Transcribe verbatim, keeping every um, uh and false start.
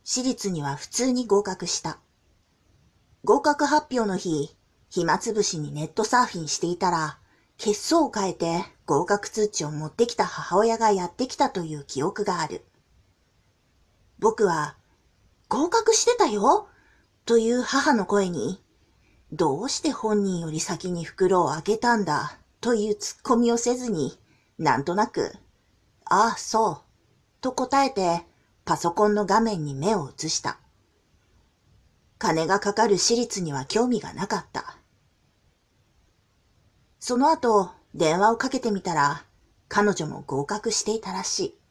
私立には普通に合格した。合格発表の日、暇つぶしにネットサーフィンしていたら、血相を変えて合格通知を持ってきた母親がやってきたという記憶がある。僕は、合格してたよという母の声に、どうして本人より先に袋を開けたんだというツッコミをせずに、なんとなく、ああ、そう、と答えてパソコンの画面に目を移した。金がかかる私立には興味がなかった。その後、電話をかけてみたら、彼女も合格していたらしい。